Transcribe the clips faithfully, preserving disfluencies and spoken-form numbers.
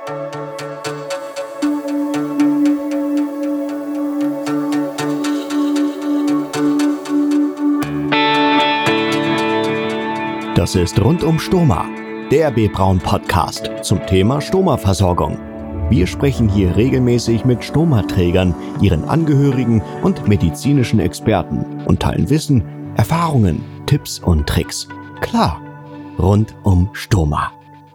Das ist Rund um Stoma, der B-Braun-Podcast zum Thema Stoma-Versorgung. Wir sprechen hier regelmäßig mit Stoma-Trägern, ihren Angehörigen und medizinischen Experten und teilen Wissen, Erfahrungen, Tipps und Tricks. Klar, rund um Stoma.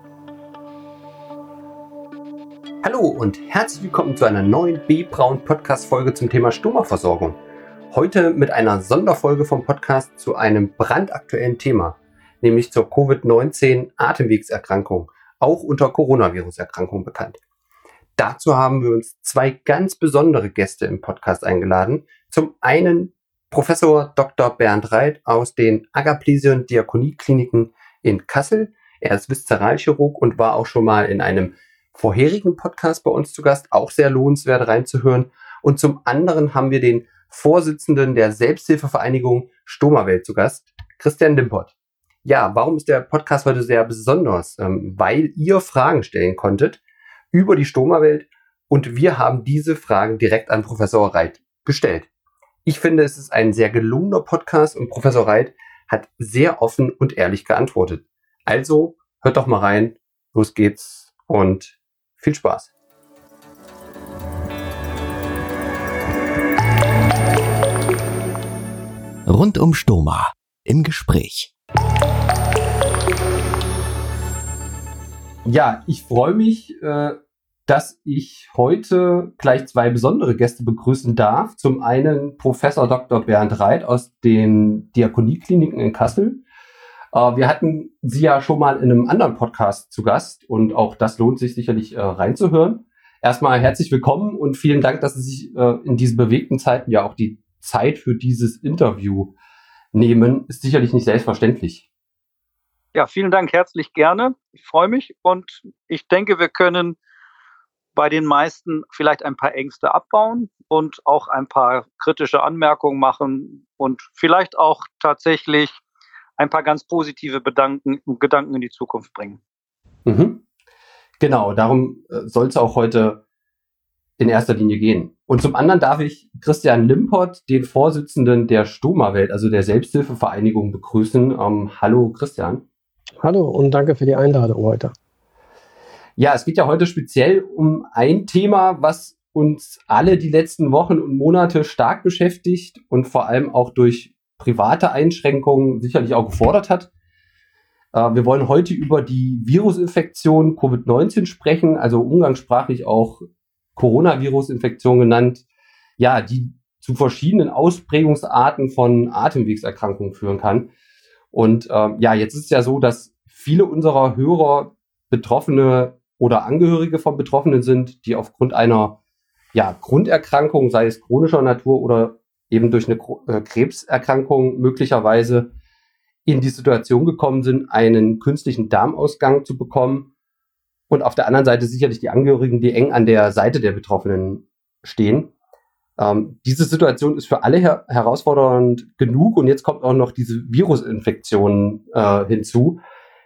Hallo und herzlich willkommen zu einer neuen B-Braun-Podcast-Folge zum Thema Stoma-Versorgung. Heute mit einer Sonderfolge vom Podcast zu einem brandaktuellen Thema, nämlich zur Covid neunzehn Atemwegserkrankung, auch unter Coronavirus-Erkrankung bekannt. Dazu haben wir uns zwei ganz besondere Gäste im Podcast eingeladen. Zum einen Professor Doktor Bernd Reit aus den Agaplesien Diakoniekliniken in Kassel. Er ist Viszeralchirurg und war auch schon mal in einem vorherigen Podcast bei uns zu Gast, auch sehr lohnenswert reinzuhören. Und zum anderen haben wir den Vorsitzenden der Selbsthilfevereinigung Stomawelt zu Gast, Christian Limpert. Ja, warum ist der Podcast heute sehr besonders? Ähm, weil ihr Fragen stellen konntet über die Stomawelt und wir haben diese Fragen direkt an Professor Reit gestellt. Ich finde, es ist ein sehr gelungener Podcast und Professor Reit hat sehr offen und ehrlich geantwortet. Also hört doch mal rein, los geht's und viel Spaß. Rund um Stoma im Gespräch. Ja, ich freue mich, äh, dass ich heute gleich zwei besondere Gäste begrüßen darf. Zum einen Professor Doktor Bernd Reit aus den Diakoniekliniken in Kassel. Äh, wir hatten Sie ja schon mal in einem anderen Podcast zu Gast und auch das lohnt sich sicherlich äh, reinzuhören. Erstmal herzlich willkommen und vielen Dank, dass Sie sich äh, in diesen bewegten Zeiten ja auch die Zeit für dieses Interview nehmen. Ist sicherlich nicht selbstverständlich. Ja, vielen Dank, herzlich gerne. Ich freue mich und ich denke, wir können bei den meisten vielleicht ein paar Ängste abbauen und auch ein paar kritische Anmerkungen machen und vielleicht auch tatsächlich ein paar ganz positive Bedanken, Gedanken in die Zukunft bringen. Mhm. Genau, darum soll es auch heute in erster Linie gehen. Und zum anderen darf ich Christian Limpert, den Vorsitzenden der Stomawelt, also der Selbsthilfevereinigung, begrüßen. Ähm, hallo Christian. Hallo und danke für die Einladung heute. Ja, es geht ja heute speziell um ein Thema, was uns alle die letzten Wochen und Monate stark beschäftigt und vor allem auch durch private Einschränkungen sicherlich auch gefordert hat. Äh, wir wollen heute über die Virusinfektion Covid neunzehn sprechen, also umgangssprachlich auch Coronavirus-Infektion genannt, ja, die zu verschiedenen Ausprägungsarten von Atemwegserkrankungen führen kann. Und ähm, ja, jetzt ist es ja so, dass viele unserer Hörer Betroffene oder Angehörige von Betroffenen sind, die aufgrund einer ja, Grunderkrankung, sei es chronischer Natur oder eben durch eine äh, Krebserkrankung möglicherweise in die Situation gekommen sind, einen künstlichen Darmausgang zu bekommen. Und auf der anderen Seite sicherlich die Angehörigen, die eng an der Seite der Betroffenen stehen. Ähm, diese Situation ist für alle her- herausfordernd genug und jetzt kommt auch noch diese Virusinfektion äh, hinzu.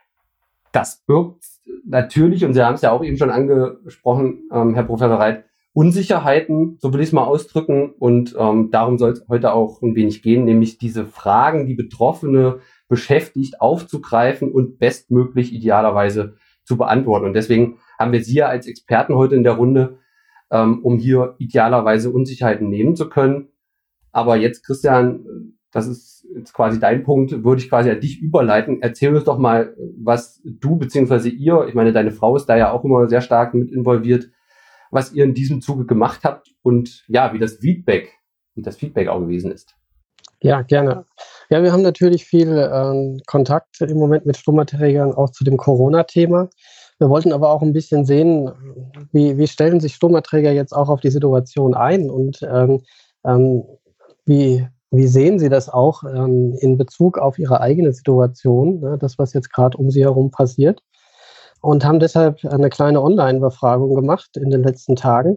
Das birgt natürlich, und Sie haben es ja auch eben schon angesprochen, ähm, Herr Professor Reit, Unsicherheiten, so will ich es mal ausdrücken. Und ähm, darum soll es heute auch ein wenig gehen, nämlich diese Fragen, die Betroffene beschäftigt, aufzugreifen und bestmöglich idealerweise zu beantworten. Und deswegen haben wir Sie ja als Experten heute in der Runde, um hier idealerweise Unsicherheiten nehmen zu können. Aber jetzt, Christian, das ist jetzt quasi dein Punkt, würde ich quasi an dich überleiten. Erzähl uns doch mal, was du bzw. ihr, ich meine, deine Frau ist da ja auch immer sehr stark mit involviert, was ihr in diesem Zuge gemacht habt und ja, wie das Feedback, wie das Feedback auch gewesen ist. Ja, gerne. Ja, wir haben natürlich viel ähm, Kontakt im Moment mit Stomaträgern auch zu dem Corona-Thema. Wir wollten aber auch ein bisschen sehen, wie, wie stellen sich Stomaträger jetzt auch auf die Situation ein und ähm, ähm, wie, wie sehen sie das auch ähm, in Bezug auf ihre eigene Situation, ne, das, was jetzt gerade um sie herum passiert. Und haben deshalb eine kleine Online-Befragung gemacht in den letzten Tagen.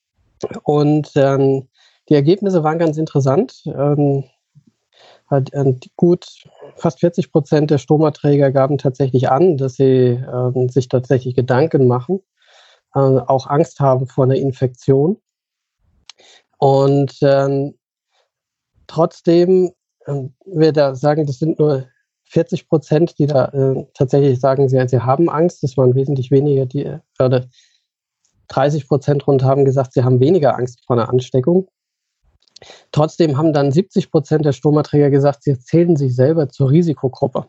Und ähm, die Ergebnisse waren ganz interessant. Ähm, hat, äh, gut fast vierzig Prozent der Stomaträger gaben tatsächlich an, dass sie ähm, sich tatsächlich Gedanken machen äh, auch Angst haben vor einer Infektion. Und ähm, trotzdem äh, wir da sagen, das sind nur vierzig Prozent, die da äh, tatsächlich sagen, sie, sie haben Angst. Das waren wesentlich weniger, die äh, oder dreißig Prozent rund haben gesagt, sie haben weniger Angst vor einer Ansteckung. Trotzdem haben dann siebzig Prozent der Stomaträger gesagt, sie zählen sich selber zur Risikogruppe.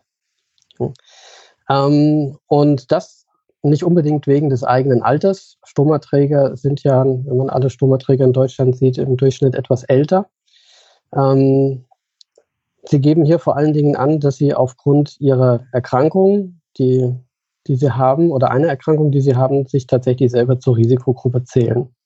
Ähm, und das nicht unbedingt wegen des eigenen Alters. Stomaträger sind ja, wenn man alle Stomaträger in Deutschland sieht, im Durchschnitt etwas älter. Ähm, sie geben hier vor allen Dingen an, dass sie aufgrund ihrer Erkrankung, die, die sie haben, oder einer Erkrankung, die sie haben, sich tatsächlich selber zur Risikogruppe zählen.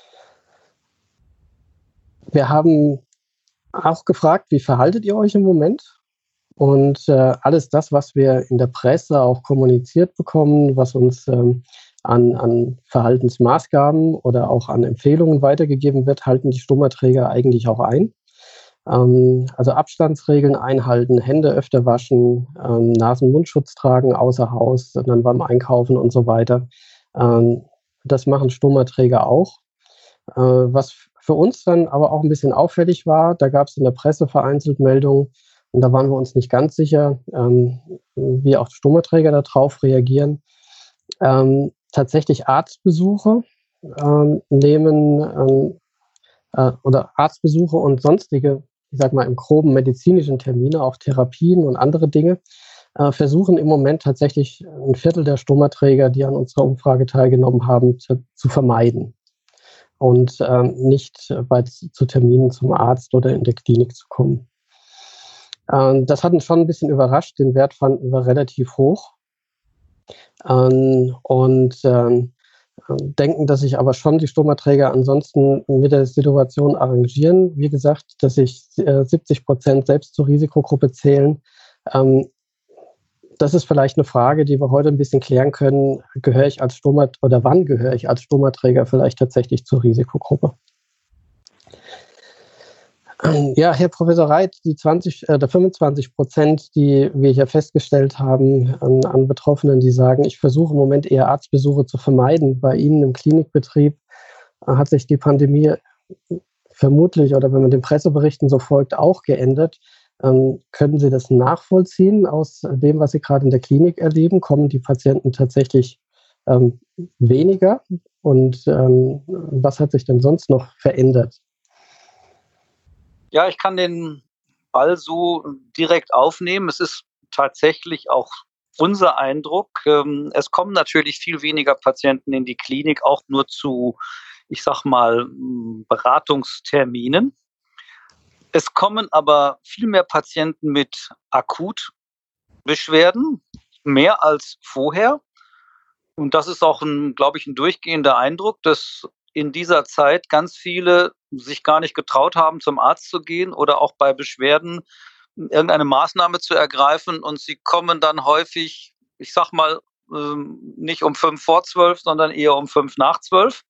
Wir haben auch gefragt, wie verhaltet ihr euch im Moment? Und äh, alles das, was wir in der Presse auch kommuniziert bekommen, was uns ähm, an, an Verhaltensmaßgaben oder auch an Empfehlungen weitergegeben wird, halten die Stomaträger eigentlich auch ein. Ähm, also Abstandsregeln einhalten, Hände öfter waschen, ähm, Nasen-Mundschutz tragen außer Haus, dann beim Einkaufen und so weiter. Ähm, das machen Stomaträger auch. Äh, was für uns dann aber auch ein bisschen auffällig war, da gab es in der Presse vereinzelt Meldungen, und da waren wir uns nicht ganz sicher, ähm, wie auch Stomaträger darauf reagieren. Ähm, tatsächlich Arztbesuche ähm, nehmen ähm, äh, oder Arztbesuche und sonstige, ich sag mal im groben medizinischen Termine, auch Therapien und andere Dinge, äh, versuchen im Moment tatsächlich ein Viertel der Stomaträger, die an unserer Umfrage teilgenommen haben, zu, zu vermeiden und ähm, nicht bei, zu Terminen zum Arzt oder in der Klinik zu kommen. Ähm, das hat uns schon ein bisschen überrascht. Den Wert fanden wir relativ hoch. Ähm, und ähm, denken, dass sich aber schon die Stomaträger ansonsten mit der Situation arrangieren. Wie gesagt, dass sich äh, siebzig Prozent selbst zur Risikogruppe zählen. Ähm, das ist vielleicht eine Frage, die wir heute ein bisschen klären können. Gehöre ich als Stomat oder wann gehöre ich als Stomaträger vielleicht tatsächlich zur Risikogruppe? Ja, Herr Professor Reit, die zwanzig oder fünfundzwanzig Prozent, die wir hier festgestellt haben an, an Betroffenen, die sagen, ich versuche im Moment eher Arztbesuche zu vermeiden. Bei Ihnen im Klinikbetrieb hat sich die Pandemie vermutlich, oder wenn man den Presseberichten so folgt, auch geändert. Ähm, können Sie das nachvollziehen aus dem, was Sie gerade in der Klinik erleben? Kommen die Patienten tatsächlich ähm, weniger? Und ähm, was hat sich denn sonst noch verändert? Ja, ich kann den Ball so direkt aufnehmen. Es ist tatsächlich auch unser Eindruck. Es kommen natürlich viel weniger Patienten in die Klinik, auch nur zu, ich sag mal, Beratungsterminen. Es kommen aber viel mehr Patienten mit Akutbeschwerden, mehr als vorher. Und das ist auch, ein, glaube ich, ein durchgehender Eindruck, dass in dieser Zeit ganz viele sich gar nicht getraut haben, zum Arzt zu gehen oder auch bei Beschwerden irgendeine Maßnahme zu ergreifen. Und sie kommen dann häufig, ich sag mal, nicht um fünf vor zwölf, sondern eher um fünf nach zwölf.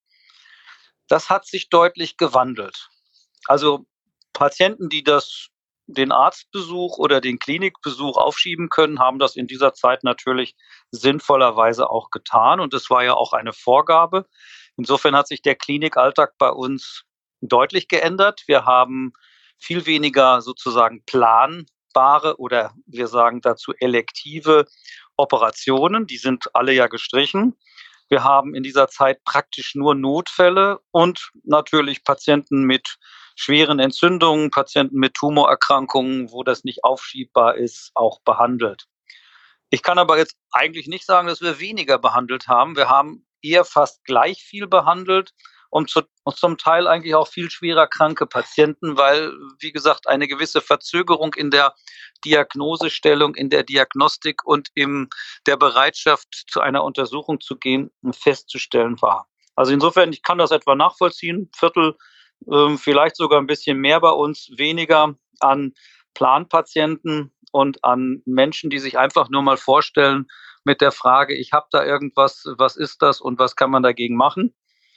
Das hat sich deutlich gewandelt. Also Patienten, die das, den Arztbesuch oder den Klinikbesuch aufschieben können, haben das in dieser Zeit natürlich sinnvollerweise auch getan. Und es war ja auch eine Vorgabe. Insofern hat sich der Klinikalltag bei uns deutlich geändert. Wir haben viel weniger sozusagen planbare oder wir sagen dazu elektive Operationen. Die sind alle ja gestrichen. Wir haben in dieser Zeit praktisch nur Notfälle und natürlich Patienten mit schweren Entzündungen, Patienten mit Tumorerkrankungen, wo das nicht aufschiebbar ist, auch behandelt. Ich kann aber jetzt eigentlich nicht sagen, dass wir weniger behandelt haben. Wir haben eher fast gleich viel behandelt und, zu, und zum Teil eigentlich auch viel schwerer kranke Patienten, weil, wie gesagt, eine gewisse Verzögerung in der Diagnosestellung, in der Diagnostik und in der Bereitschaft, zu einer Untersuchung zu gehen, festzustellen war. Also insofern, ich kann das etwa nachvollziehen. Viertel, äh, vielleicht sogar ein bisschen mehr bei uns, weniger an Planpatienten und an Menschen, die sich einfach nur mal vorstellen mit der Frage, ich habe da irgendwas, was ist das und was kann man dagegen machen?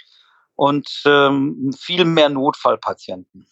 Und ähm, viel mehr Notfallpatienten.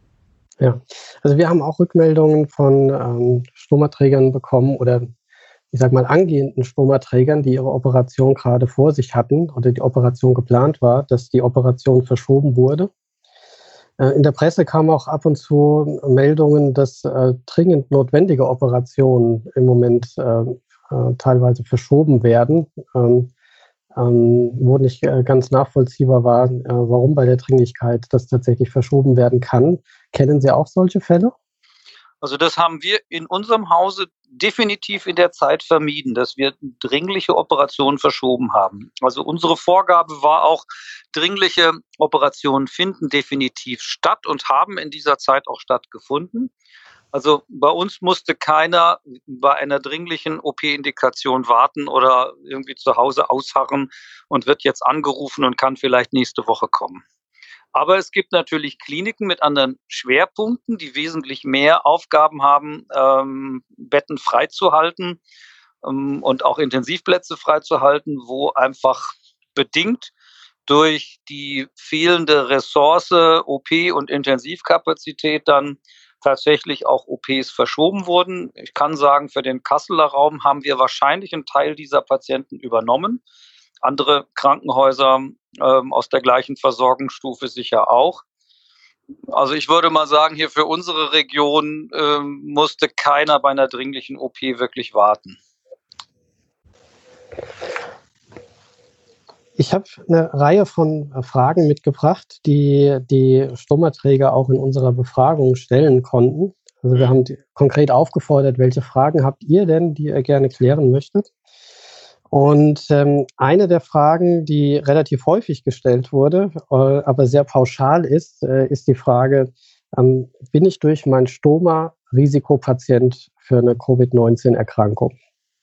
Ja, also wir haben auch Rückmeldungen von ähm, Stomaträgern bekommen oder ich sag mal, angehenden Stomaträgern, die ihre Operation gerade vor sich hatten oder die Operation geplant war, dass die Operation verschoben wurde. In der Presse kamen auch ab und zu Meldungen, dass äh, dringend notwendige Operationen im Moment äh, äh, teilweise verschoben werden, ähm, ähm, wo nicht äh, ganz nachvollziehbar war, äh, warum bei der Dringlichkeit das tatsächlich verschoben werden kann. Kennen Sie auch solche Fälle? Also das haben wir in unserem Hause definitiv in der Zeit vermieden, dass wir dringliche Operationen verschoben haben. Also unsere Vorgabe war auch, dringliche Operationen finden definitiv statt und haben in dieser Zeit auch stattgefunden. Also bei uns musste keiner bei einer dringlichen O P-Indikation warten oder irgendwie zu Hause ausharren und wird jetzt angerufen und kann vielleicht nächste Woche kommen. Aber es gibt natürlich Kliniken mit anderen Schwerpunkten, die wesentlich mehr Aufgaben haben, ähm, Betten freizuhalten ähm, und auch Intensivplätze freizuhalten, wo einfach bedingt durch die fehlende Ressource O P und Intensivkapazität dann tatsächlich auch O Ps verschoben wurden. Ich kann sagen, für den Kasseler Raum haben wir wahrscheinlich einen Teil dieser Patienten übernommen. Andere Krankenhäuser ähm, aus der gleichen Versorgungsstufe sicher auch. Also ich würde mal sagen, hier für unsere Region ähm, musste keiner bei einer dringlichen O P wirklich warten. Ich habe eine Reihe von Fragen mitgebracht, die die Stomaträger auch in unserer Befragung stellen konnten. Also wir haben konkret aufgefordert, welche Fragen habt ihr denn, die ihr gerne klären möchtet? Und ähm, eine der Fragen, die relativ häufig gestellt wurde, äh, aber sehr pauschal ist, äh, ist die Frage, ähm, bin ich durch mein Stoma Risikopatient für eine Covid neunzehn Erkrankung?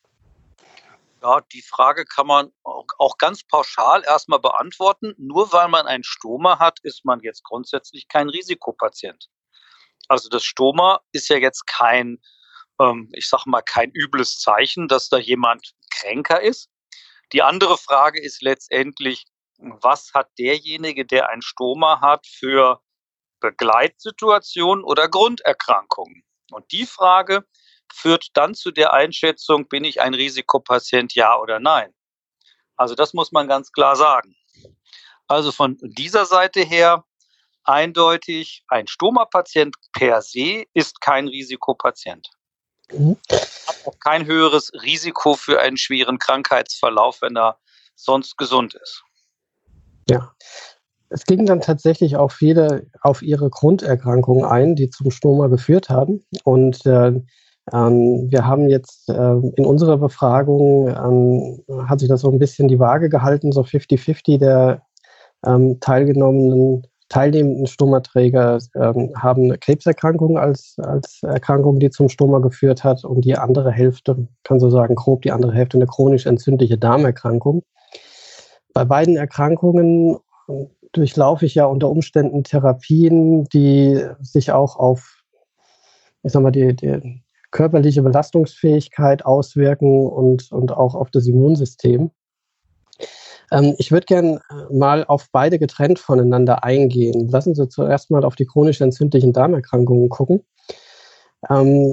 Ja, die Frage kann man auch ganz pauschal erstmal beantworten. Nur weil man ein Stoma hat, ist man jetzt grundsätzlich kein Risikopatient. Also das Stoma ist ja jetzt kein, ähm, ich sag mal, kein übles Zeichen, dass da jemand kränker ist. Die andere Frage ist letztendlich, was hat derjenige, der ein Stoma hat, für Begleitsituationen oder Grunderkrankungen? Und die Frage führt dann zu der Einschätzung, bin ich ein Risikopatient, ja oder nein? Also das muss man ganz klar sagen. Also von dieser Seite her eindeutig, ein Stoma-Patient per se ist kein Risikopatient. Mhm. Hat auch kein höheres Risiko für einen schweren Krankheitsverlauf, wenn er sonst gesund ist. Ja. Es gingen dann tatsächlich auch viele auf ihre Grunderkrankungen ein, die zum Stoma geführt haben. Und äh, ähm, wir haben jetzt äh, in unserer Befragung, ähm, hat sich das so ein bisschen die Waage gehalten, so fifty fifty der ähm, teilgenommenen, teilnehmenden Stomaträger ähm, haben eine Krebserkrankung als, als Erkrankung, die zum Stoma geführt hat. Und die andere Hälfte, kann so sagen grob, die andere Hälfte eine chronisch entzündliche Darmerkrankung. Bei beiden Erkrankungen durchlaufe ich ja unter Umständen Therapien, die sich auch auf, ich sag mal, die, die körperliche Belastungsfähigkeit auswirken und, und auch auf das Immunsystem. Ähm, ich würde gern mal auf beide getrennt voneinander eingehen. Lassen Sie zuerst mal auf die chronisch entzündlichen Darmerkrankungen gucken. Ähm,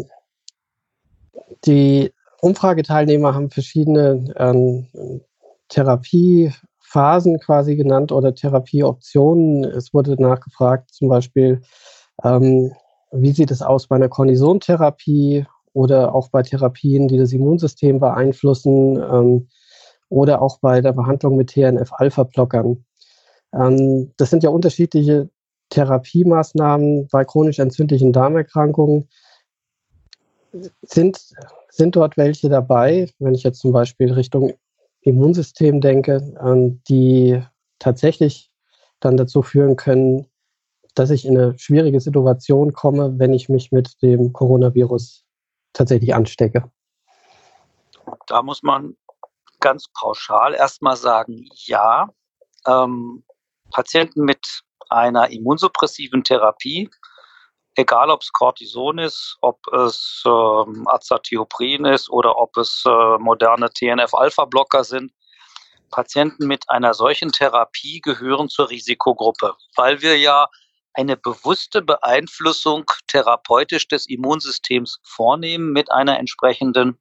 die Umfrageteilnehmer haben verschiedene ähm, Therapiephasen quasi genannt oder Therapieoptionen. Es wurde nachgefragt, zum Beispiel, ähm, wie sieht es aus bei einer Cortisontherapie oder auch bei Therapien, die das Immunsystem beeinflussen ähm, oder auch bei der Behandlung mit T N F-Alpha-Blockern. Ähm, das sind ja unterschiedliche Therapiemaßnahmen bei chronisch entzündlichen Darmerkrankungen. Sind, sind dort welche dabei, wenn ich jetzt zum Beispiel Richtung Immunsystem denke, ähm, die tatsächlich dann dazu führen können, dass ich in eine schwierige Situation komme, wenn ich mich mit dem Coronavirus tatsächlich anstecke? Da muss man ganz pauschal erstmal sagen, ja, ähm, Patienten mit einer immunsuppressiven Therapie, egal ob es Cortison ist, ob es ähm, Azathioprin ist oder ob es äh, moderne T N F-Alpha-Blocker sind, Patienten mit einer solchen Therapie gehören zur Risikogruppe, weil wir ja eine bewusste Beeinflussung therapeutisch des Immunsystems vornehmen mit einer entsprechenden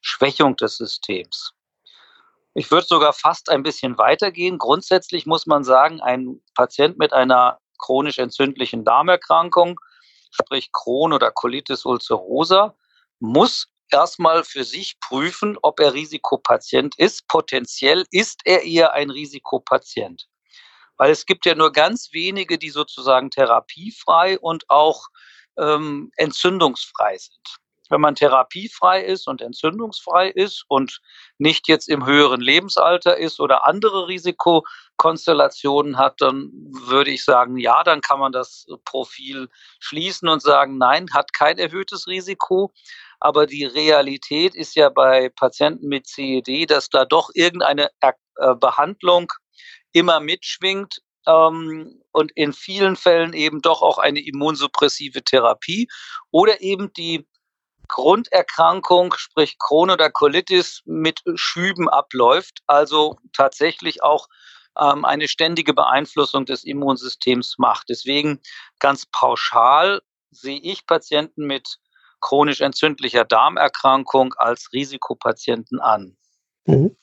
Schwächung des Systems. Ich würde sogar fast ein bisschen weitergehen. Grundsätzlich muss man sagen, ein Patient mit einer chronisch entzündlichen Darmerkrankung, sprich Crohn oder Colitis ulcerosa, muss erstmal für sich prüfen, ob er Risikopatient ist. Potenziell ist er eher ein Risikopatient. Weil es gibt ja nur ganz wenige, die sozusagen therapiefrei und auch ähm, entzündungsfrei sind. Wenn man therapiefrei ist und entzündungsfrei ist und nicht jetzt im höheren Lebensalter ist oder andere Risikokonstellationen hat, dann würde ich sagen, ja, dann kann man das Profil schließen und sagen, nein, hat kein erhöhtes Risiko. Aber die Realität ist ja bei Patienten mit C E D, dass da doch irgendeine äh, Behandlung immer mitschwingt ähm, und in vielen Fällen eben doch auch eine immunsuppressive Therapie oder eben die Grunderkrankung, sprich Crohn oder Colitis, mit Schüben abläuft, also tatsächlich auch ähm, eine ständige Beeinflussung des Immunsystems macht. Deswegen ganz pauschal sehe ich Patienten mit chronisch entzündlicher Darmerkrankung als Risikopatienten an. Mhm.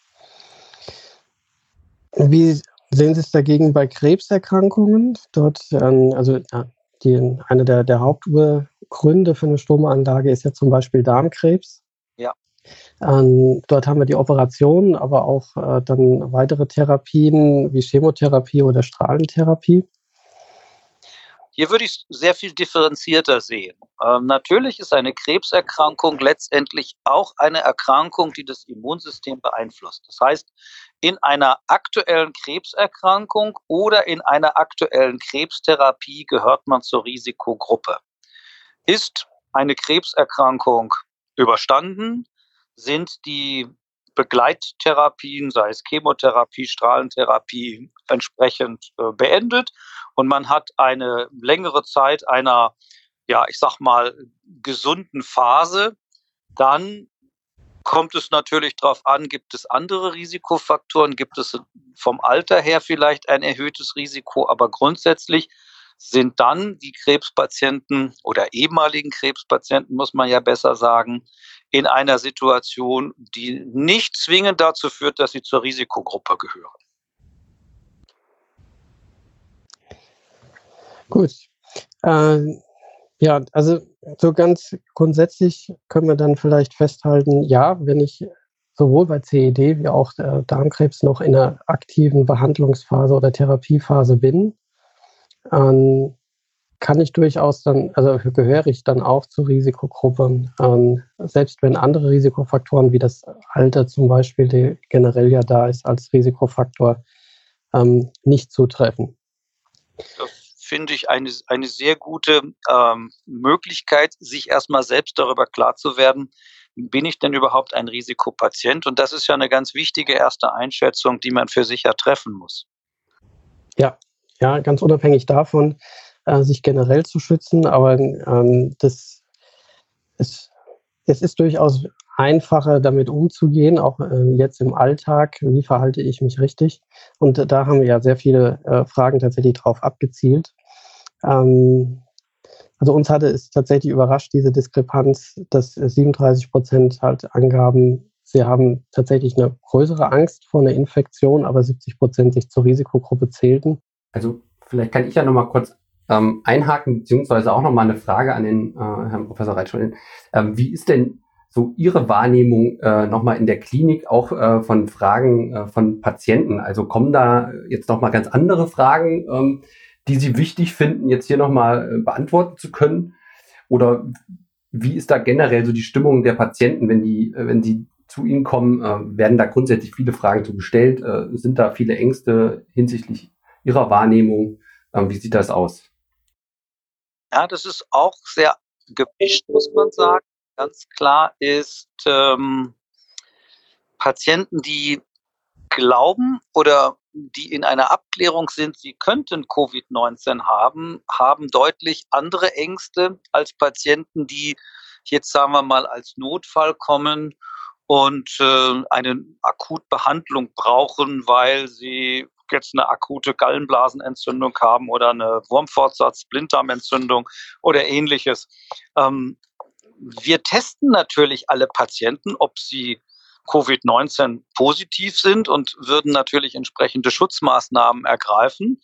Wie sehen Sie es dagegen bei Krebserkrankungen? Dort, ähm, also ja, die, eine der, der Hauptgründe für eine Stomaanlage ist ja zum Beispiel Darmkrebs. Ja. Ähm, dort haben wir die Operationen, aber auch äh, dann weitere Therapien wie Chemotherapie oder Strahlentherapie. Hier würde ich es sehr viel differenzierter sehen. Ähm, natürlich ist eine Krebserkrankung letztendlich auch eine Erkrankung, die das Immunsystem beeinflusst. Das heißt, in einer aktuellen Krebserkrankung oder in einer aktuellen Krebstherapie gehört man zur Risikogruppe. Ist eine Krebserkrankung überstanden, sind die Begleittherapien, sei es Chemotherapie, Strahlentherapie, entsprechend äh, beendet und man hat eine längere Zeit einer, ja, ich sag mal, gesunden Phase, dann kommt es natürlich darauf an, gibt es andere Risikofaktoren, gibt es vom Alter her vielleicht ein erhöhtes Risiko, aber grundsätzlich sind dann die Krebspatienten oder ehemaligen Krebspatienten, muss man ja besser sagen, in einer Situation, die nicht zwingend dazu führt, dass sie zur Risikogruppe gehören. Gut. Ähm, ja, also so ganz grundsätzlich können wir dann vielleicht festhalten, ja, wenn ich sowohl bei C E D wie auch äh, Darmkrebs noch in einer aktiven Behandlungsphase oder Therapiephase bin, ähm, kann ich durchaus dann, also gehöre ich dann auch zur Risikogruppe, ähm, selbst wenn andere Risikofaktoren wie das Alter zum Beispiel, der generell ja da ist als Risikofaktor, ähm, nicht zutreffen. Das finde ich eine, eine sehr gute ähm, Möglichkeit, sich erstmal selbst darüber klar zu werden, bin ich denn überhaupt ein Risikopatient? Und das ist ja eine ganz wichtige erste Einschätzung, die man für sich ja treffen muss. Ja, ja, ganz unabhängig davon, äh, sich generell zu schützen, aber ähm, das ist, es ist durchaus einfacher, damit umzugehen, auch äh, jetzt im Alltag. Wie verhalte ich mich richtig? Und äh, da haben wir ja sehr viele äh, Fragen tatsächlich drauf abgezielt. Ähm, also uns hatte es tatsächlich überrascht, diese Diskrepanz, dass siebenunddreißig Prozent halt angaben, sie haben tatsächlich eine größere Angst vor einer Infektion, aber siebzig Prozent sich zur Risikogruppe zählten. Also vielleicht kann ich ja nochmal kurz ähm, einhaken, beziehungsweise auch nochmal eine Frage an den äh, Herrn Professor Reitsch stellen. Ähm, wie ist denn so Ihre Wahrnehmung äh, nochmal in der Klinik auch äh, von Fragen äh, von Patienten? Also kommen da jetzt nochmal ganz andere Fragen, ähm, die Sie wichtig finden, jetzt hier nochmal äh, beantworten zu können? Oder wie ist da generell so die Stimmung der Patienten, wenn die, äh, wenn sie zu Ihnen kommen? Äh, werden da grundsätzlich viele Fragen zu gestellt? Äh, sind da viele Ängste hinsichtlich Ihrer Wahrnehmung? Äh, wie sieht das aus? Ja, das ist auch sehr gemischt, muss man sagen. Ganz klar ist, ähm, Patienten, die glauben oder die in einer Abklärung sind, sie könnten Covid neunzehn haben, haben deutlich andere Ängste als Patienten, die jetzt, sagen wir mal, als Notfall kommen und äh, eine Akutbehandlung brauchen, weil sie jetzt eine akute Gallenblasenentzündung haben oder eine Wurmfortsatz, Blinddarmentzündung oder ähnliches. Ähm, wir testen natürlich alle Patienten, ob sie Covid neunzehn positiv sind und würden natürlich entsprechende Schutzmaßnahmen ergreifen.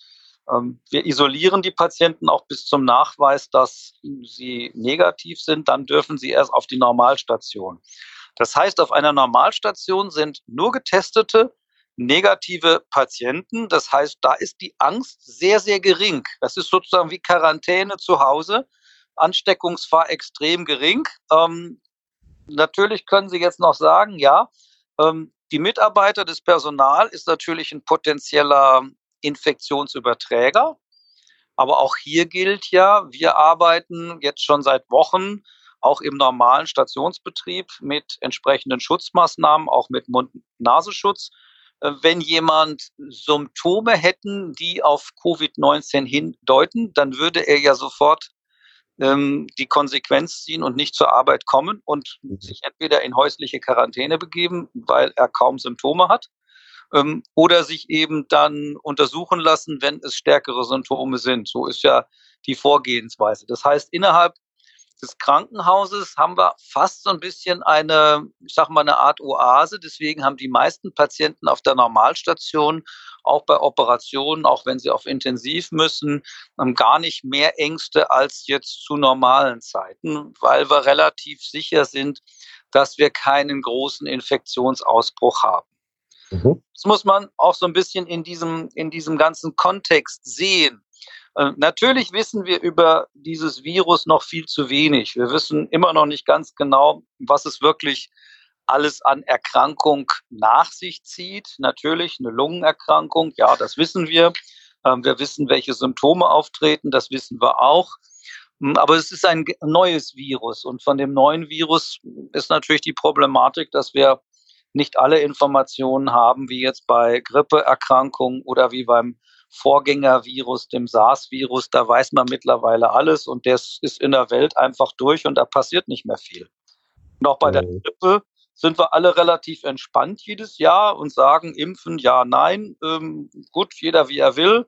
Wir isolieren die Patienten auch bis zum Nachweis, dass sie negativ sind. Dann dürfen sie erst auf die Normalstation. Das heißt, auf einer Normalstation sind nur getestete, negative Patienten. Das heißt, da ist die Angst sehr, sehr gering. Das ist sozusagen wie Quarantäne zu Hause. Ansteckungsgefahr extrem gering. Ähm, natürlich können Sie jetzt noch sagen, ja, ähm, die Mitarbeiter, das Personal ist natürlich ein potenzieller Infektionsüberträger. Aber auch hier gilt ja, wir arbeiten jetzt schon seit Wochen auch im normalen Stationsbetrieb mit entsprechenden Schutzmaßnahmen, auch mit Mund-Nasenschutz. Wenn jemand Symptome hätten, die auf Covid neunzehn hindeuten, dann würde er ja sofort ähm, die Konsequenz ziehen und nicht zur Arbeit kommen und sich entweder in häusliche Quarantäne begeben, weil er kaum Symptome hat, ähm, oder sich eben dann untersuchen lassen, wenn es stärkere Symptome sind. So ist ja die Vorgehensweise. Das heißt, innerhalb des Krankenhauses haben wir fast so ein bisschen eine, ich sag mal, eine Art Oase. Deswegen haben die meisten Patienten auf der Normalstation, auch bei Operationen, auch wenn sie auf Intensiv müssen, gar nicht mehr Ängste als jetzt zu normalen Zeiten, weil wir relativ sicher sind, dass wir keinen großen Infektionsausbruch haben. Mhm. Das muss man auch so ein bisschen in diesem, in diesem ganzen Kontext sehen. Äh, natürlich wissen wir über dieses Virus noch viel zu wenig. Wir wissen immer noch nicht ganz genau, was es wirklich alles an Erkrankung nach sich zieht. Natürlich eine Lungenerkrankung, ja, das wissen wir. Ähm, wir wissen, welche Symptome auftreten, das wissen wir auch. Aber es ist ein neues Virus und von dem neuen Virus ist natürlich die Problematik, dass wir nicht alle Informationen haben, wie jetzt bei Grippeerkrankungen oder wie beim Vorgängervirus, dem SARS-Virus. Da weiß man mittlerweile alles und das ist in der Welt einfach durch und da passiert nicht mehr viel. Und auch bei der Grippe sind wir alle relativ entspannt jedes Jahr und sagen, impfen, ja, nein, ähm, gut, jeder wie er will.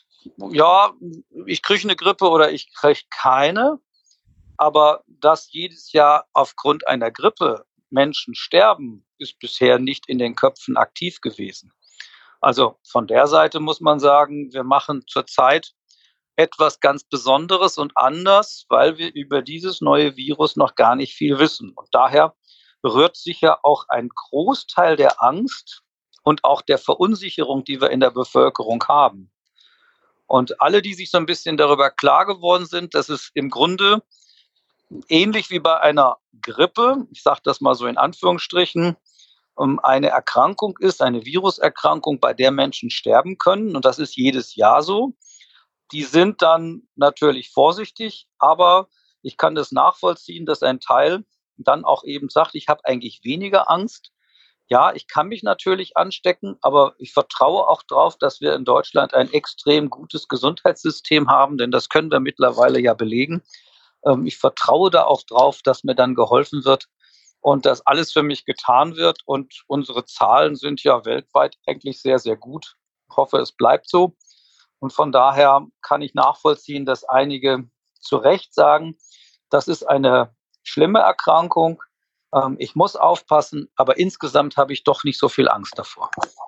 Ja, ich kriege eine Grippe oder ich kriege keine. Aber dass jedes Jahr aufgrund einer Grippe Menschen sterben, ist bisher nicht in den Köpfen aktiv gewesen. Also von der Seite muss man sagen, wir machen zurzeit etwas ganz Besonderes und anders, weil wir über dieses neue Virus noch gar nicht viel wissen. Und daher rührt sich ja auch ein Großteil der Angst und auch der Verunsicherung, die wir in der Bevölkerung haben. Und alle, die sich so ein bisschen darüber klar geworden sind, dass es im Grunde ähnlich wie bei einer Grippe, ich sage das mal so in Anführungsstrichen, eine Erkrankung ist, eine Viruserkrankung, bei der Menschen sterben können. Und das ist jedes Jahr so. Die sind dann natürlich vorsichtig, aber ich kann das nachvollziehen, dass ein Teil dann auch eben sagt, ich habe eigentlich weniger Angst. Ja, ich kann mich natürlich anstecken, aber ich vertraue auch darauf, dass wir in Deutschland ein extrem gutes Gesundheitssystem haben, denn das können wir mittlerweile ja belegen. Ich vertraue da auch drauf, dass mir dann geholfen wird und dass alles für mich getan wird. Und unsere Zahlen sind ja weltweit eigentlich sehr, sehr gut. Ich hoffe, es bleibt so. Und von daher kann ich nachvollziehen, dass einige zu Recht sagen, das ist eine schlimme Erkrankung. Ich muss aufpassen, aber insgesamt habe ich doch nicht so viel Angst davor.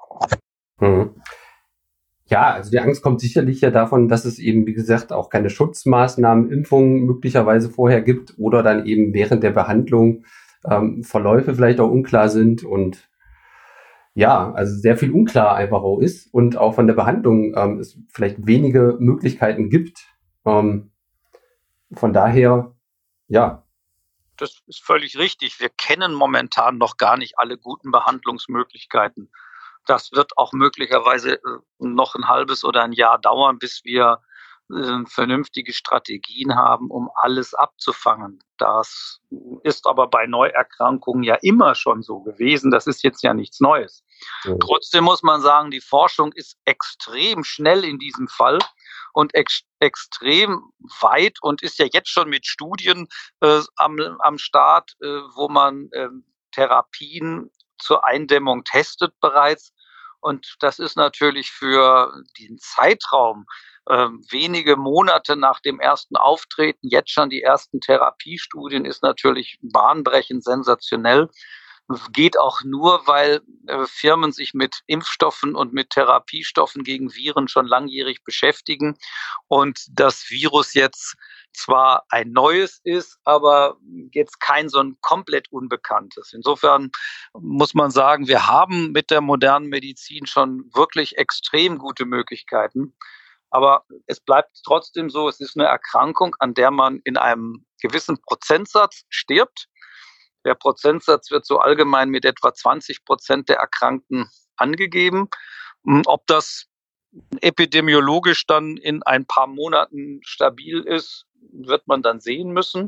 Hm. Ja, also die Angst kommt sicherlich ja davon, dass es eben, wie gesagt, auch keine Schutzmaßnahmen, Impfungen möglicherweise vorher gibt oder dann eben während der Behandlung ähm, Verläufe vielleicht auch unklar sind und ja, also sehr viel unklar einfach auch ist und auch von der Behandlung ähm, es vielleicht wenige Möglichkeiten gibt. Ähm, von daher, ja. Das ist völlig richtig. Wir kennen momentan noch gar nicht alle guten Behandlungsmöglichkeiten. Das wird auch möglicherweise noch ein halbes oder ein Jahr dauern, bis wir äh, vernünftige Strategien haben, um alles abzufangen. Das ist aber bei Neuerkrankungen ja immer schon so gewesen. Das ist jetzt ja nichts Neues. Mhm. Trotzdem muss man sagen, die Forschung ist extrem schnell in diesem Fall und ex extrem weit und ist ja jetzt schon mit Studien äh, am, am Start, äh, wo man äh, Therapien zur Eindämmung testet bereits. Und das ist natürlich für den Zeitraum, ähm, wenige Monate nach dem ersten Auftreten jetzt schon die ersten Therapiestudien, ist natürlich bahnbrechend sensationell. Geht auch nur, weil äh, Firmen sich mit Impfstoffen und mit Therapiestoffen gegen Viren schon langjährig beschäftigen und das Virus jetzt zwar ein neues ist, aber jetzt kein so ein komplett unbekanntes. Insofern muss man sagen, wir haben mit der modernen Medizin schon wirklich extrem gute Möglichkeiten. Aber es bleibt trotzdem so, es ist eine Erkrankung, an der man in einem gewissen Prozentsatz stirbt. Der Prozentsatz wird so allgemein mit etwa zwanzig Prozent der Erkrankten angegeben. Ob das epidemiologisch dann in ein paar Monaten stabil ist, wird man dann sehen müssen.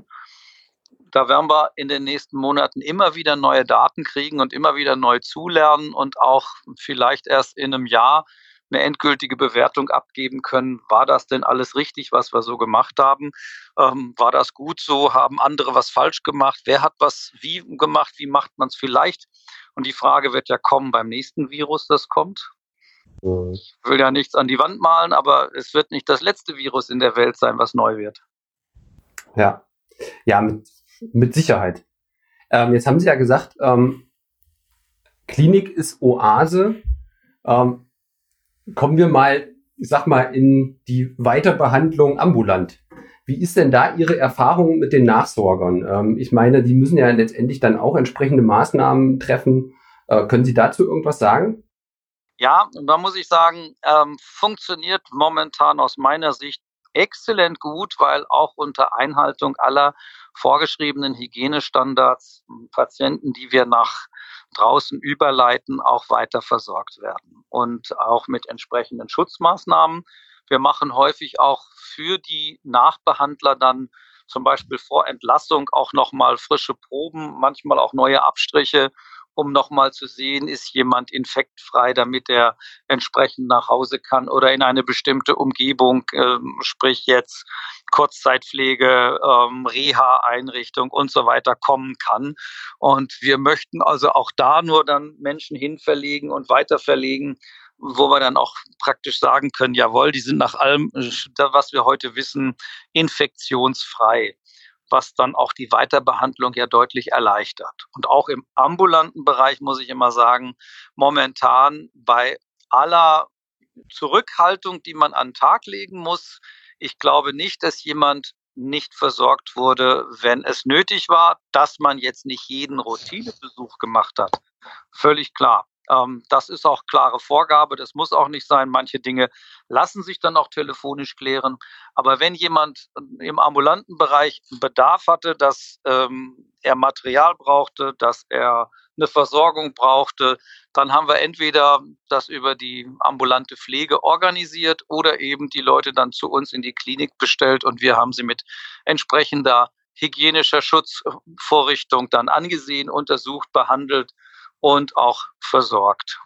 Da werden wir in den nächsten Monaten immer wieder neue Daten kriegen und immer wieder neu zulernen und auch vielleicht erst in einem Jahr eine endgültige Bewertung abgeben können. War das denn alles richtig, was wir so gemacht haben? Ähm, war das gut so? Haben andere was falsch gemacht? Wer hat was wie gemacht? Wie macht man es vielleicht? Und die Frage wird ja kommen beim nächsten Virus, das kommt. Ich will ja nichts an die Wand malen, aber es wird nicht das letzte Virus in der Welt sein, was neu wird. Ja, ja, mit, mit Sicherheit. Ähm, jetzt haben Sie ja gesagt, ähm, Klinik ist Oase. Ähm, Kommen wir mal, ich sag mal, in die Weiterbehandlung ambulant. Wie ist denn da Ihre Erfahrung mit den Nachsorgern? Ähm, ich meine, die müssen ja letztendlich dann auch entsprechende Maßnahmen treffen. Äh, können Sie dazu irgendwas sagen? Ja, und da muss ich sagen, ähm, funktioniert momentan aus meiner Sicht exzellent gut, weil auch unter Einhaltung aller vorgeschriebenen Hygienestandards Patienten, die wir nach draußen überleiten, auch weiter versorgt werden und auch mit entsprechenden Schutzmaßnahmen. Wir machen häufig auch für die Nachbehandler dann zum Beispiel vor Entlassung auch nochmal frische Proben, manchmal auch neue Abstriche, um nochmal zu sehen, ist jemand infektfrei, damit er entsprechend nach Hause kann oder in eine bestimmte Umgebung, ähm, sprich jetzt Kurzzeitpflege, ähm, Reha-Einrichtung und so weiter kommen kann. Und wir möchten also auch da nur dann Menschen hinverlegen und weiterverlegen, wo wir dann auch praktisch sagen können, jawohl, die sind nach allem, was wir heute wissen, infektionsfrei, was dann auch die Weiterbehandlung ja deutlich erleichtert. Und auch im ambulanten Bereich muss ich immer sagen, momentan bei aller Zurückhaltung, die man an den Tag legen muss, ich glaube nicht, dass jemand nicht versorgt wurde, wenn es nötig war, dass man jetzt nicht jeden Routinebesuch gemacht hat. Völlig klar. Ähm, das ist auch klare Vorgabe, das muss auch nicht sein. Manche Dinge lassen sich dann auch telefonisch klären. Aber wenn jemand im ambulanten Bereich Bedarf hatte, dass ähm, er Material brauchte, dass er eine Versorgung brauchte, dann haben wir entweder das über die ambulante Pflege organisiert oder eben die Leute dann zu uns in die Klinik bestellt und wir haben sie mit entsprechender hygienischer Schutzvorrichtung dann angesehen, untersucht, behandelt und auch versorgt.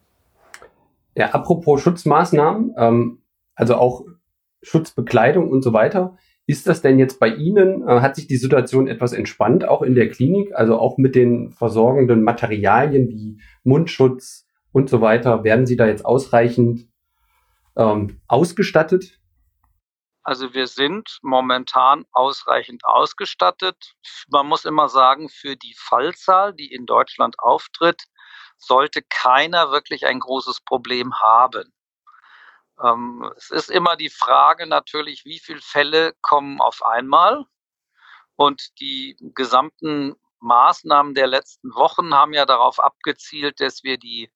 Ja, apropos Schutzmaßnahmen, ähm, also auch Schutzbekleidung und so weiter. Ist das denn jetzt bei Ihnen, äh, hat sich die Situation etwas entspannt, auch in der Klinik, also auch mit den versorgenden Materialien wie Mundschutz und so weiter? Werden Sie da jetzt ausreichend ähm, ausgestattet? Also wir sind momentan ausreichend ausgestattet. Man muss immer sagen, für die Fallzahl, die in Deutschland auftritt, sollte keiner wirklich ein großes Problem haben. Ähm, es ist immer die Frage natürlich, wie viele Fälle kommen auf einmal? Und die gesamten Maßnahmen der letzten Wochen haben ja darauf abgezielt, dass wir die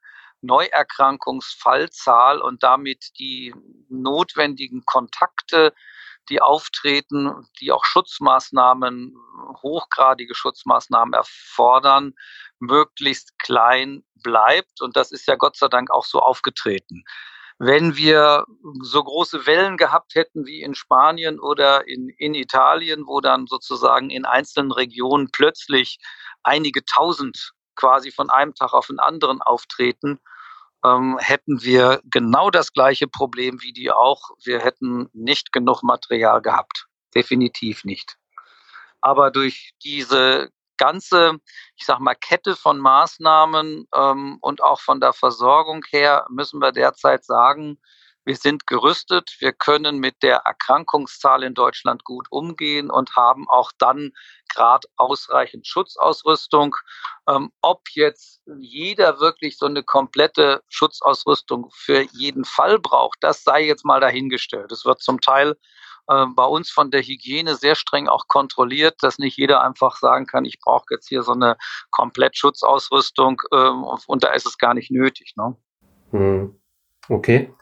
Neuerkrankungsfallzahl und damit die notwendigen Kontakte, die auftreten, die auch Schutzmaßnahmen, hochgradige Schutzmaßnahmen erfordern, möglichst klein bleibt. Und das ist ja Gott sei Dank auch so aufgetreten. Wenn wir so große Wellen gehabt hätten wie in Spanien oder in, in Italien, wo dann sozusagen in einzelnen Regionen plötzlich einige tausend quasi von einem Tag auf den anderen auftreten, ähm, hätten wir genau das gleiche Problem wie die auch. Wir hätten nicht genug Material gehabt. Definitiv nicht. Aber durch diese ganze, ich sag mal, Kette von Maßnahmen ähm, und auch von der Versorgung her müssen wir derzeit sagen, wir sind gerüstet, wir können mit der Erkrankungszahl in Deutschland gut umgehen und haben auch dann gerade ausreichend Schutzausrüstung. Ähm, ob jetzt jeder wirklich so eine komplette Schutzausrüstung für jeden Fall braucht, das sei jetzt mal dahingestellt. Es wird zum Teil äh, bei uns von der Hygiene sehr streng auch kontrolliert, dass nicht jeder einfach sagen kann, ich brauche jetzt hier so eine komplett Schutzausrüstung ähm, und da ist es gar nicht nötig. Ne? Hm. Okay.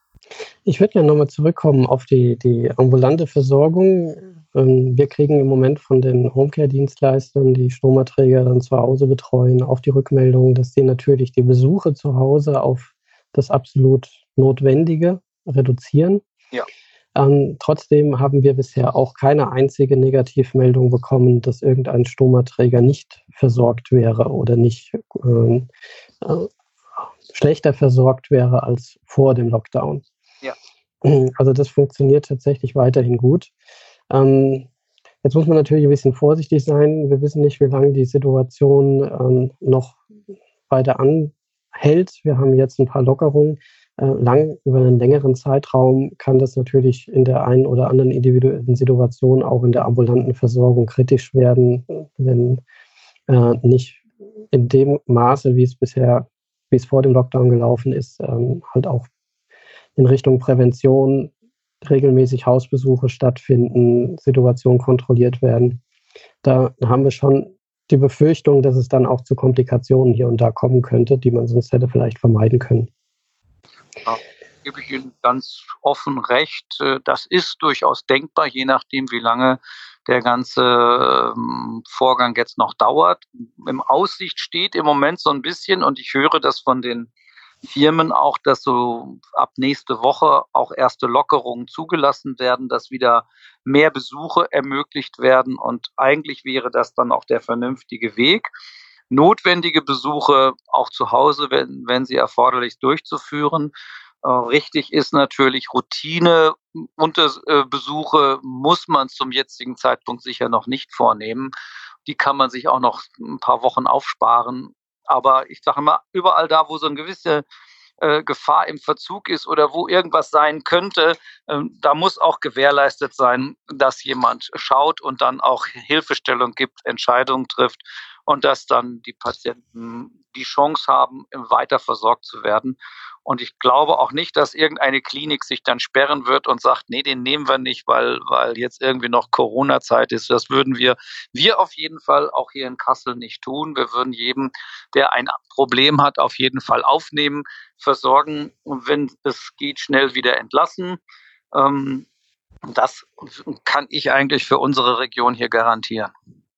Ich würde gerne nochmal zurückkommen auf die, die ambulante Versorgung. Wir kriegen im Moment von den Homecare-Dienstleistern, die Stomaträger dann zu Hause betreuen, auf die Rückmeldung, dass sie natürlich die Besuche zu Hause auf das absolut Notwendige reduzieren. Ja. Ähm, trotzdem haben wir bisher auch keine einzige Negativmeldung bekommen, dass irgendein Stomaträger nicht versorgt wäre oder nicht äh, äh, schlechter versorgt wäre als vor dem Lockdown. Ja. Also das funktioniert tatsächlich weiterhin gut. Ähm, jetzt muss man natürlich ein bisschen vorsichtig sein. Wir wissen nicht, wie lange die Situation ähm, noch weiter anhält. Wir haben jetzt ein paar Lockerungen. Äh, lang über einen längeren Zeitraum kann das natürlich in der einen oder anderen individuellen Situation auch in der ambulanten Versorgung kritisch werden, wenn äh, nicht in dem Maße, wie es bisher, wie es vor dem Lockdown gelaufen ist, ähm, halt auch in Richtung Prävention regelmäßig Hausbesuche stattfinden, Situationen kontrolliert werden. Da haben wir schon die Befürchtung, dass es dann auch zu Komplikationen hier und da kommen könnte, die man sonst hätte vielleicht vermeiden können. Ja, gebe ich Ihnen ganz offen recht. Das ist durchaus denkbar, je nachdem, wie lange der ganze Vorgang jetzt noch dauert. Im Aussicht steht im Moment so ein bisschen, und ich höre das von den Firmen auch, dass so ab nächste Woche auch erste Lockerungen zugelassen werden, dass wieder mehr Besuche ermöglicht werden. Und eigentlich wäre das dann auch der vernünftige Weg, notwendige Besuche auch zu Hause, wenn, wenn sie erforderlich, durchzuführen. Äh, richtig ist natürlich, Routine unter äh, Besuche muss man zum jetzigen Zeitpunkt sicher noch nicht vornehmen. Die kann man sich auch noch ein paar Wochen aufsparen. Aber ich sage immer, überall da, wo so eine gewisse äh, Gefahr im Verzug ist oder wo irgendwas sein könnte, äh, da muss auch gewährleistet sein, dass jemand schaut und dann auch Hilfestellung gibt, Entscheidungen trifft und dass dann die Patienten die Chance haben, weiter versorgt zu werden. Und ich glaube auch nicht, dass irgendeine Klinik sich dann sperren wird und sagt, nee, den nehmen wir nicht, weil, weil jetzt irgendwie noch Corona-Zeit ist. Das würden wir, wir auf jeden Fall auch hier in Kassel nicht tun. Wir würden jedem, der ein Problem hat, auf jeden Fall aufnehmen, versorgen und wenn es geht, schnell wieder entlassen. Ähm, das kann ich eigentlich für unsere Region hier garantieren.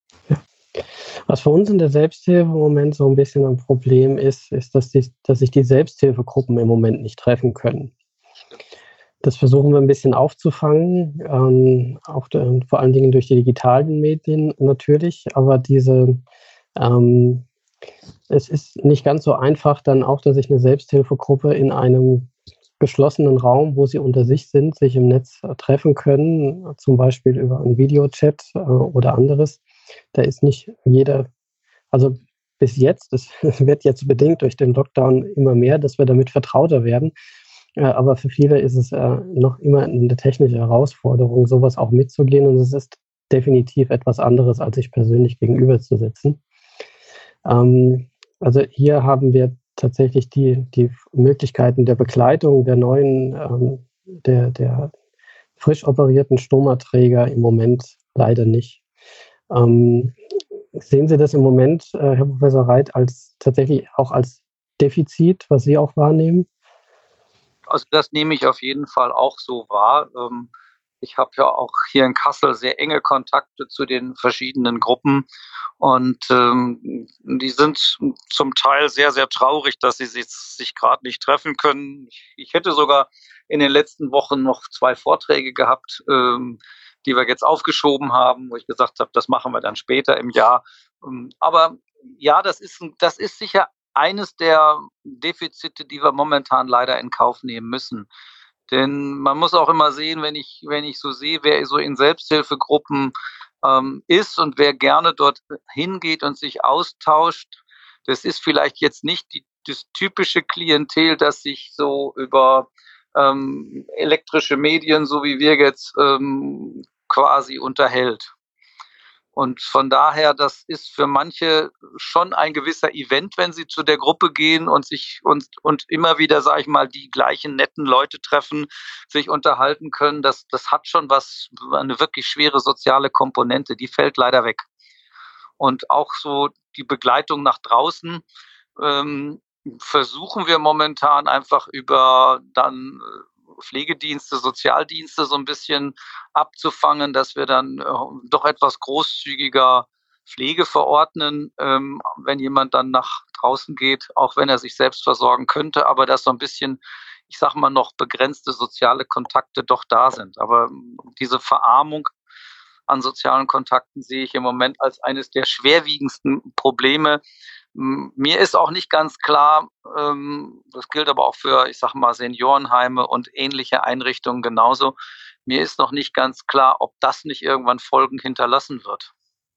Was für uns in der Selbsthilfe im Moment so ein bisschen ein Problem ist, ist, dass, die, dass sich die Selbsthilfegruppen im Moment nicht treffen können. Das versuchen wir ein bisschen aufzufangen, ähm, auch de, vor allen Dingen durch die digitalen Medien natürlich, aber diese, ähm, es ist nicht ganz so einfach dann auch, dass sich eine Selbsthilfegruppe in einem geschlossenen Raum, wo sie unter sich sind, sich im Netz äh, treffen können, zum Beispiel über einen Videochat äh, oder anderes. Da ist nicht jeder, also bis jetzt, es wird jetzt bedingt durch den Lockdown immer mehr, dass wir damit vertrauter werden. Äh, aber für viele ist es äh, noch immer eine technische Herausforderung, sowas auch mitzugehen. Und es ist definitiv etwas anderes, als sich persönlich gegenüberzusetzen. Ähm, also hier haben wir tatsächlich die, die Möglichkeiten der Begleitung der neuen, ähm, der, der frisch operierten Stomaträger im Moment leider nicht. Ähm, sehen Sie das im Moment, äh, Herr Professor Reit, als tatsächlich auch als Defizit, was Sie auch wahrnehmen? Also das nehme ich auf jeden Fall auch so wahr. Ähm, ich habe ja auch hier in Kassel sehr enge Kontakte zu den verschiedenen Gruppen und ähm, die sind zum Teil sehr, sehr traurig, dass sie sich, sich gerade nicht treffen können. Ich, ich hätte sogar in den letzten Wochen noch zwei Vorträge gehabt, ähm, die wir jetzt aufgeschoben haben, wo ich gesagt habe, das machen wir dann später im Jahr. Aber ja, das ist, das ist sicher eines der Defizite, die wir momentan leider in Kauf nehmen müssen. Denn man muss auch immer sehen, wenn ich, wenn ich so sehe, wer so in Selbsthilfegruppen ähm, ist und wer gerne dort hingeht und sich austauscht, das ist vielleicht jetzt nicht die, das typische Klientel, das sich so über ähm, elektrische Medien, so wie wir jetzt, ähm, quasi unterhält. Und von daher, das ist für manche schon ein gewisser Event, wenn sie zu der Gruppe gehen und sich und, und immer wieder, sage ich mal, die gleichen netten Leute treffen, sich unterhalten können. Das, das hat schon was, eine wirklich schwere soziale Komponente, die fällt leider weg. Und auch so die Begleitung nach draußen ähm, versuchen wir momentan einfach über dann Pflegedienste, Sozialdienste so ein bisschen abzufangen, dass wir dann äh, doch etwas großzügiger Pflege verordnen, ähm, wenn jemand dann nach draußen geht, auch wenn er sich selbst versorgen könnte, aber dass so ein bisschen, ich sag mal, noch begrenzte soziale Kontakte doch da sind. Aber diese Verarmung an sozialen Kontakten sehe ich im Moment als eines der schwerwiegendsten Probleme. Mir ist auch nicht ganz klar, ähm, das gilt aber auch für, ich sag mal, Seniorenheime und ähnliche Einrichtungen genauso. Mir ist noch nicht ganz klar, ob das nicht irgendwann Folgen hinterlassen wird.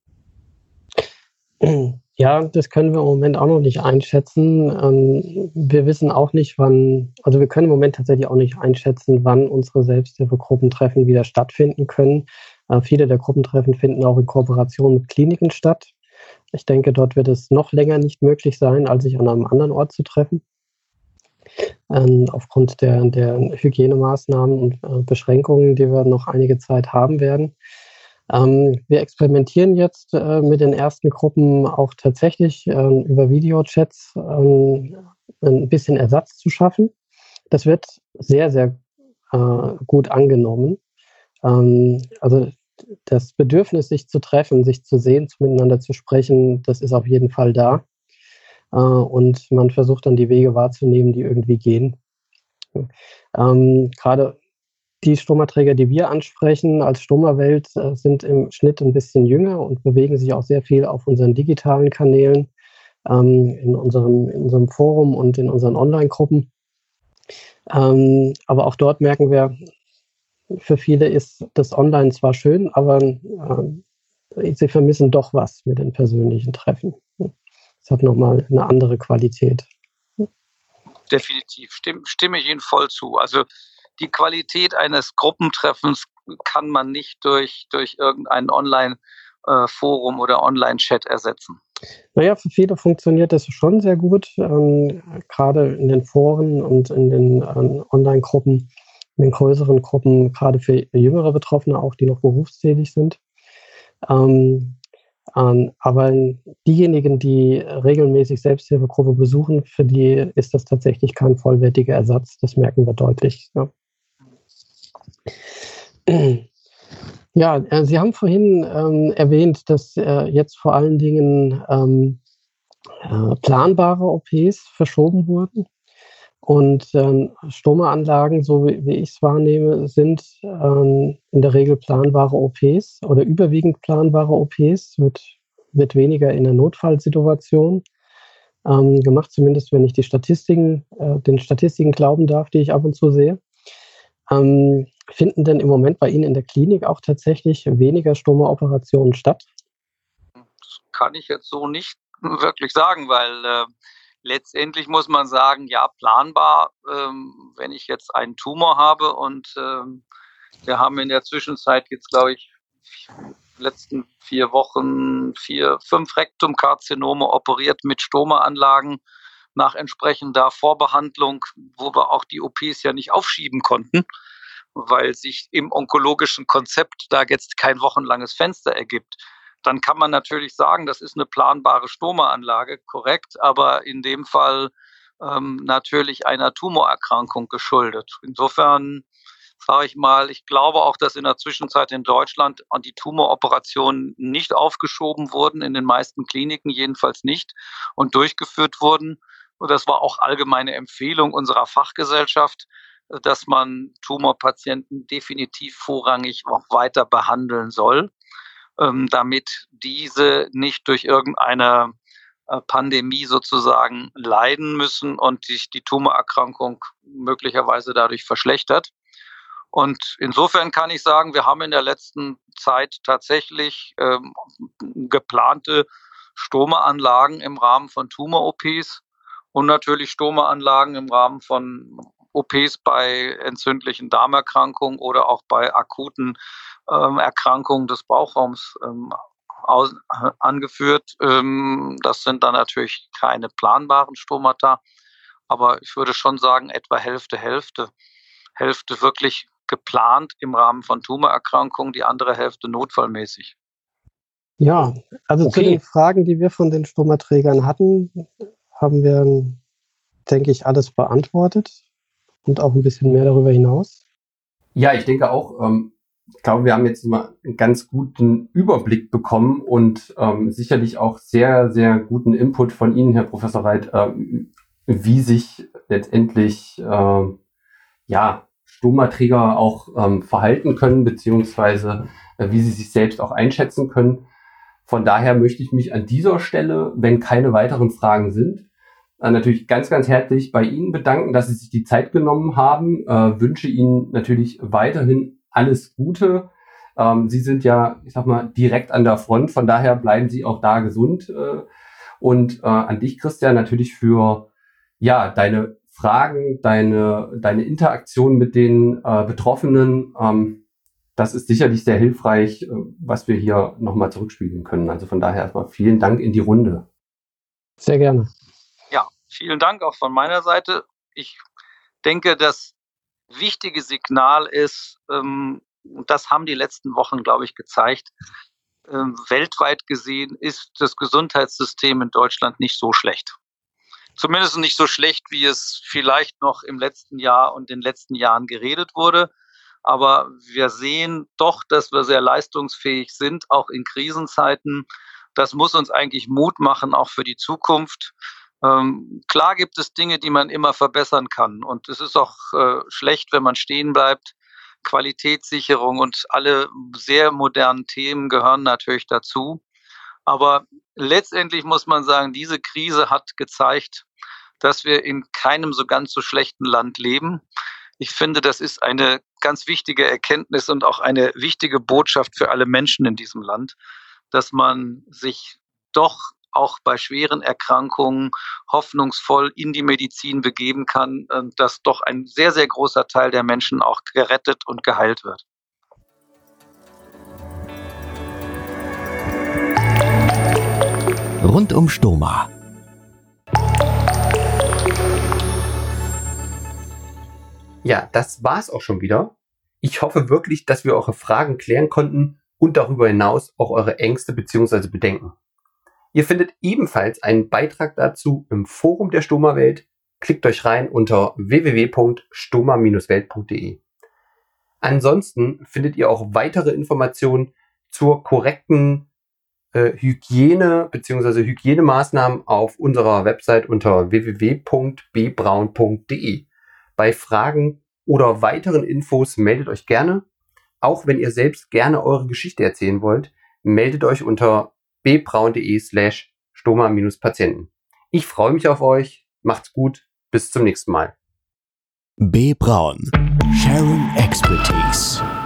Ja, das können wir im Moment auch noch nicht einschätzen. Ähm, wir wissen auch nicht, wann, also wir können im Moment tatsächlich auch nicht einschätzen, wann unsere Selbsthilfegruppentreffen wieder stattfinden können. Äh, viele der Gruppentreffen finden auch in Kooperation mit Kliniken statt. Ich denke, dort wird es noch länger nicht möglich sein, als sich an einem anderen Ort zu treffen, ähm, aufgrund der, der Hygienemaßnahmen und äh, Beschränkungen, die wir noch einige Zeit haben werden. Ähm, wir experimentieren jetzt äh, mit den ersten Gruppen auch tatsächlich äh, über Videochats äh, ein bisschen Ersatz zu schaffen. Das wird sehr, sehr äh, gut angenommen. Ähm, also das Bedürfnis, sich zu treffen, sich zu sehen, miteinander zu sprechen, das ist auf jeden Fall da. Äh, und man versucht dann die Wege wahrzunehmen, die irgendwie gehen. Ähm, gerade die Stomaträger, die wir ansprechen als Stoma-Welt, äh, sind im Schnitt ein bisschen jünger und bewegen sich auch sehr viel auf unseren digitalen Kanälen, ähm, in, unserem, in unserem Forum und in unseren Online-Gruppen. Ähm, aber auch dort merken wir, für viele ist das Online zwar schön, aber äh, sie vermissen doch was mit den persönlichen Treffen. Es hat nochmal eine andere Qualität. Definitiv, stimme, stimme ich Ihnen voll zu. Also die Qualität eines Gruppentreffens kann man nicht durch, durch irgendein Online-Forum oder Online-Chat ersetzen. Naja, für viele funktioniert das schon sehr gut, ähm, gerade in den Foren und in den ähm, Online-Gruppen, in den größeren Gruppen, gerade für jüngere Betroffene auch, die noch berufstätig sind. Ähm, ähm, aber diejenigen, die regelmäßig Selbsthilfegruppe besuchen, für die ist das tatsächlich kein vollwertiger Ersatz. Das merken wir deutlich. Ja. Ja, äh, Sie haben vorhin ähm, erwähnt, dass äh, jetzt vor allen Dingen ähm, äh, planbare O Ps verschoben wurden. Und ähm, Stoma-Anlagen, so wie, wie ich es wahrnehme, sind ähm, in der Regel planbare O Ps oder überwiegend planbare O Ps, wird, wird weniger in der Notfallsituation ähm, gemacht, zumindest wenn ich die Statistiken, äh, den Statistiken glauben darf, die ich ab und zu sehe. Ähm, finden denn im Moment bei Ihnen in der Klinik auch tatsächlich weniger Stoma-Operationen statt? Das kann ich jetzt so nicht wirklich sagen, weil äh, letztendlich muss man sagen, ja, planbar, ähm, wenn ich jetzt einen Tumor habe und ähm, wir haben in der Zwischenzeit jetzt, glaube ich, letzten vier Wochen vier, fünf Rektumkarzinome operiert mit Stoma-Anlagen nach entsprechender Vorbehandlung, wo wir auch die O Ps ja nicht aufschieben konnten, weil sich im onkologischen Konzept da jetzt kein wochenlanges Fenster ergibt. Dann kann man natürlich sagen, das ist eine planbare Stoma-Anlage, korrekt, aber in dem Fall ähm, natürlich einer Tumorerkrankung geschuldet. Insofern sage ich mal, ich glaube auch, dass in der Zwischenzeit in Deutschland die Tumoroperationen nicht aufgeschoben wurden, in den meisten Kliniken jedenfalls nicht, und durchgeführt wurden. Und das war auch allgemeine Empfehlung unserer Fachgesellschaft, dass man Tumorpatienten definitiv vorrangig auch weiter behandeln soll, ähm, damit diese nicht durch irgendeine äh, Pandemie sozusagen leiden müssen und sich die Tumorerkrankung möglicherweise dadurch verschlechtert. Und insofern kann ich sagen, wir haben in der letzten Zeit tatsächlich ähm, geplante Stoma-Anlagen im Rahmen von Tumor-O Ps und natürlich Stoma-Anlagen im Rahmen von O Ps bei entzündlichen Darmerkrankungen oder auch bei akuten ähm, Erkrankungen des Bauchraums ähm, aus, äh, angeführt. Ähm, das sind dann natürlich keine planbaren Stomata, aber ich würde schon sagen, etwa Hälfte, Hälfte. Hälfte wirklich geplant im Rahmen von Tumorerkrankungen, die andere Hälfte notfallmäßig. Ja, also Okay. zu den Fragen, die wir von den Stomaträgern hatten, haben wir, denke ich, alles beantwortet und auch ein bisschen mehr darüber hinaus. Ja, ich denke auch, ähm, ich glaube, wir haben jetzt mal einen ganz guten Überblick bekommen und ähm, sicherlich auch sehr, sehr guten Input von Ihnen, Herr Professor Reit, ähm, wie sich letztendlich äh, ja, Stomaträger auch ähm, verhalten können, beziehungsweise äh, wie sie sich selbst auch einschätzen können. Von daher möchte ich mich an dieser Stelle, wenn keine weiteren Fragen sind, äh, natürlich ganz, ganz herzlich bei Ihnen bedanken, dass Sie sich die Zeit genommen haben. Äh, wünsche Ihnen natürlich weiterhin alles Gute. Ähm, Sie sind ja, ich sag mal, direkt an der Front, von daher bleiben Sie auch da gesund. Äh, und äh, an dich, Christian, natürlich für ja deine Fragen, deine, deine Interaktion mit den äh, Betroffenen, ähm, das ist sicherlich sehr hilfreich, äh, was wir hier nochmal zurückspiegeln können. Also von daher erstmal vielen Dank in die Runde. Sehr gerne. Ja, vielen Dank auch von meiner Seite. Ich denke, das wichtige Signal ist, ähm, und das haben die letzten Wochen, glaube ich, gezeigt, ähm, weltweit gesehen ist das Gesundheitssystem in Deutschland nicht so schlecht. Zumindest nicht so schlecht, wie es vielleicht noch im letzten Jahr und den letzten Jahren geredet wurde. Aber wir sehen doch, dass wir sehr leistungsfähig sind, auch in Krisenzeiten. Das muss uns eigentlich Mut machen, auch für die Zukunft. Ähm, klar gibt es Dinge, die man immer verbessern kann. Und es ist auch äh, schlecht, wenn man stehen bleibt. Qualitätssicherung und alle sehr modernen Themen gehören natürlich dazu. Aber letztendlich muss man sagen, diese Krise hat gezeigt, dass wir in keinem so ganz so schlechten Land leben. Ich finde, das ist eine ganz wichtige Erkenntnis und auch eine wichtige Botschaft für alle Menschen in diesem Land, dass man sich doch auch bei schweren Erkrankungen hoffnungsvoll in die Medizin begeben kann, dass doch ein sehr, sehr großer Teil der Menschen auch gerettet und geheilt wird. Rund um Stoma. Ja, das war's auch schon wieder. Ich hoffe wirklich, dass wir eure Fragen klären konnten und darüber hinaus auch eure Ängste bzw. Bedenken. Ihr findet ebenfalls einen Beitrag dazu im Forum der Stoma-Welt. Klickt euch rein unter w w w punkt stoma Bindestrich welt punkt d e. Ansonsten findet ihr auch weitere Informationen zur korrekten äh, Hygiene bzw. Hygienemaßnahmen auf unserer Website unter w w w punkt b braun punkt d e. Bei Fragen oder weiteren Infos meldet euch gerne. Auch wenn ihr selbst gerne eure Geschichte erzählen wollt, meldet euch unter b braun punkt d e slash stoma-patienten. Ich freue mich auf euch. Macht's gut. Bis zum nächsten Mal. B. Braun. Sharing Expertise.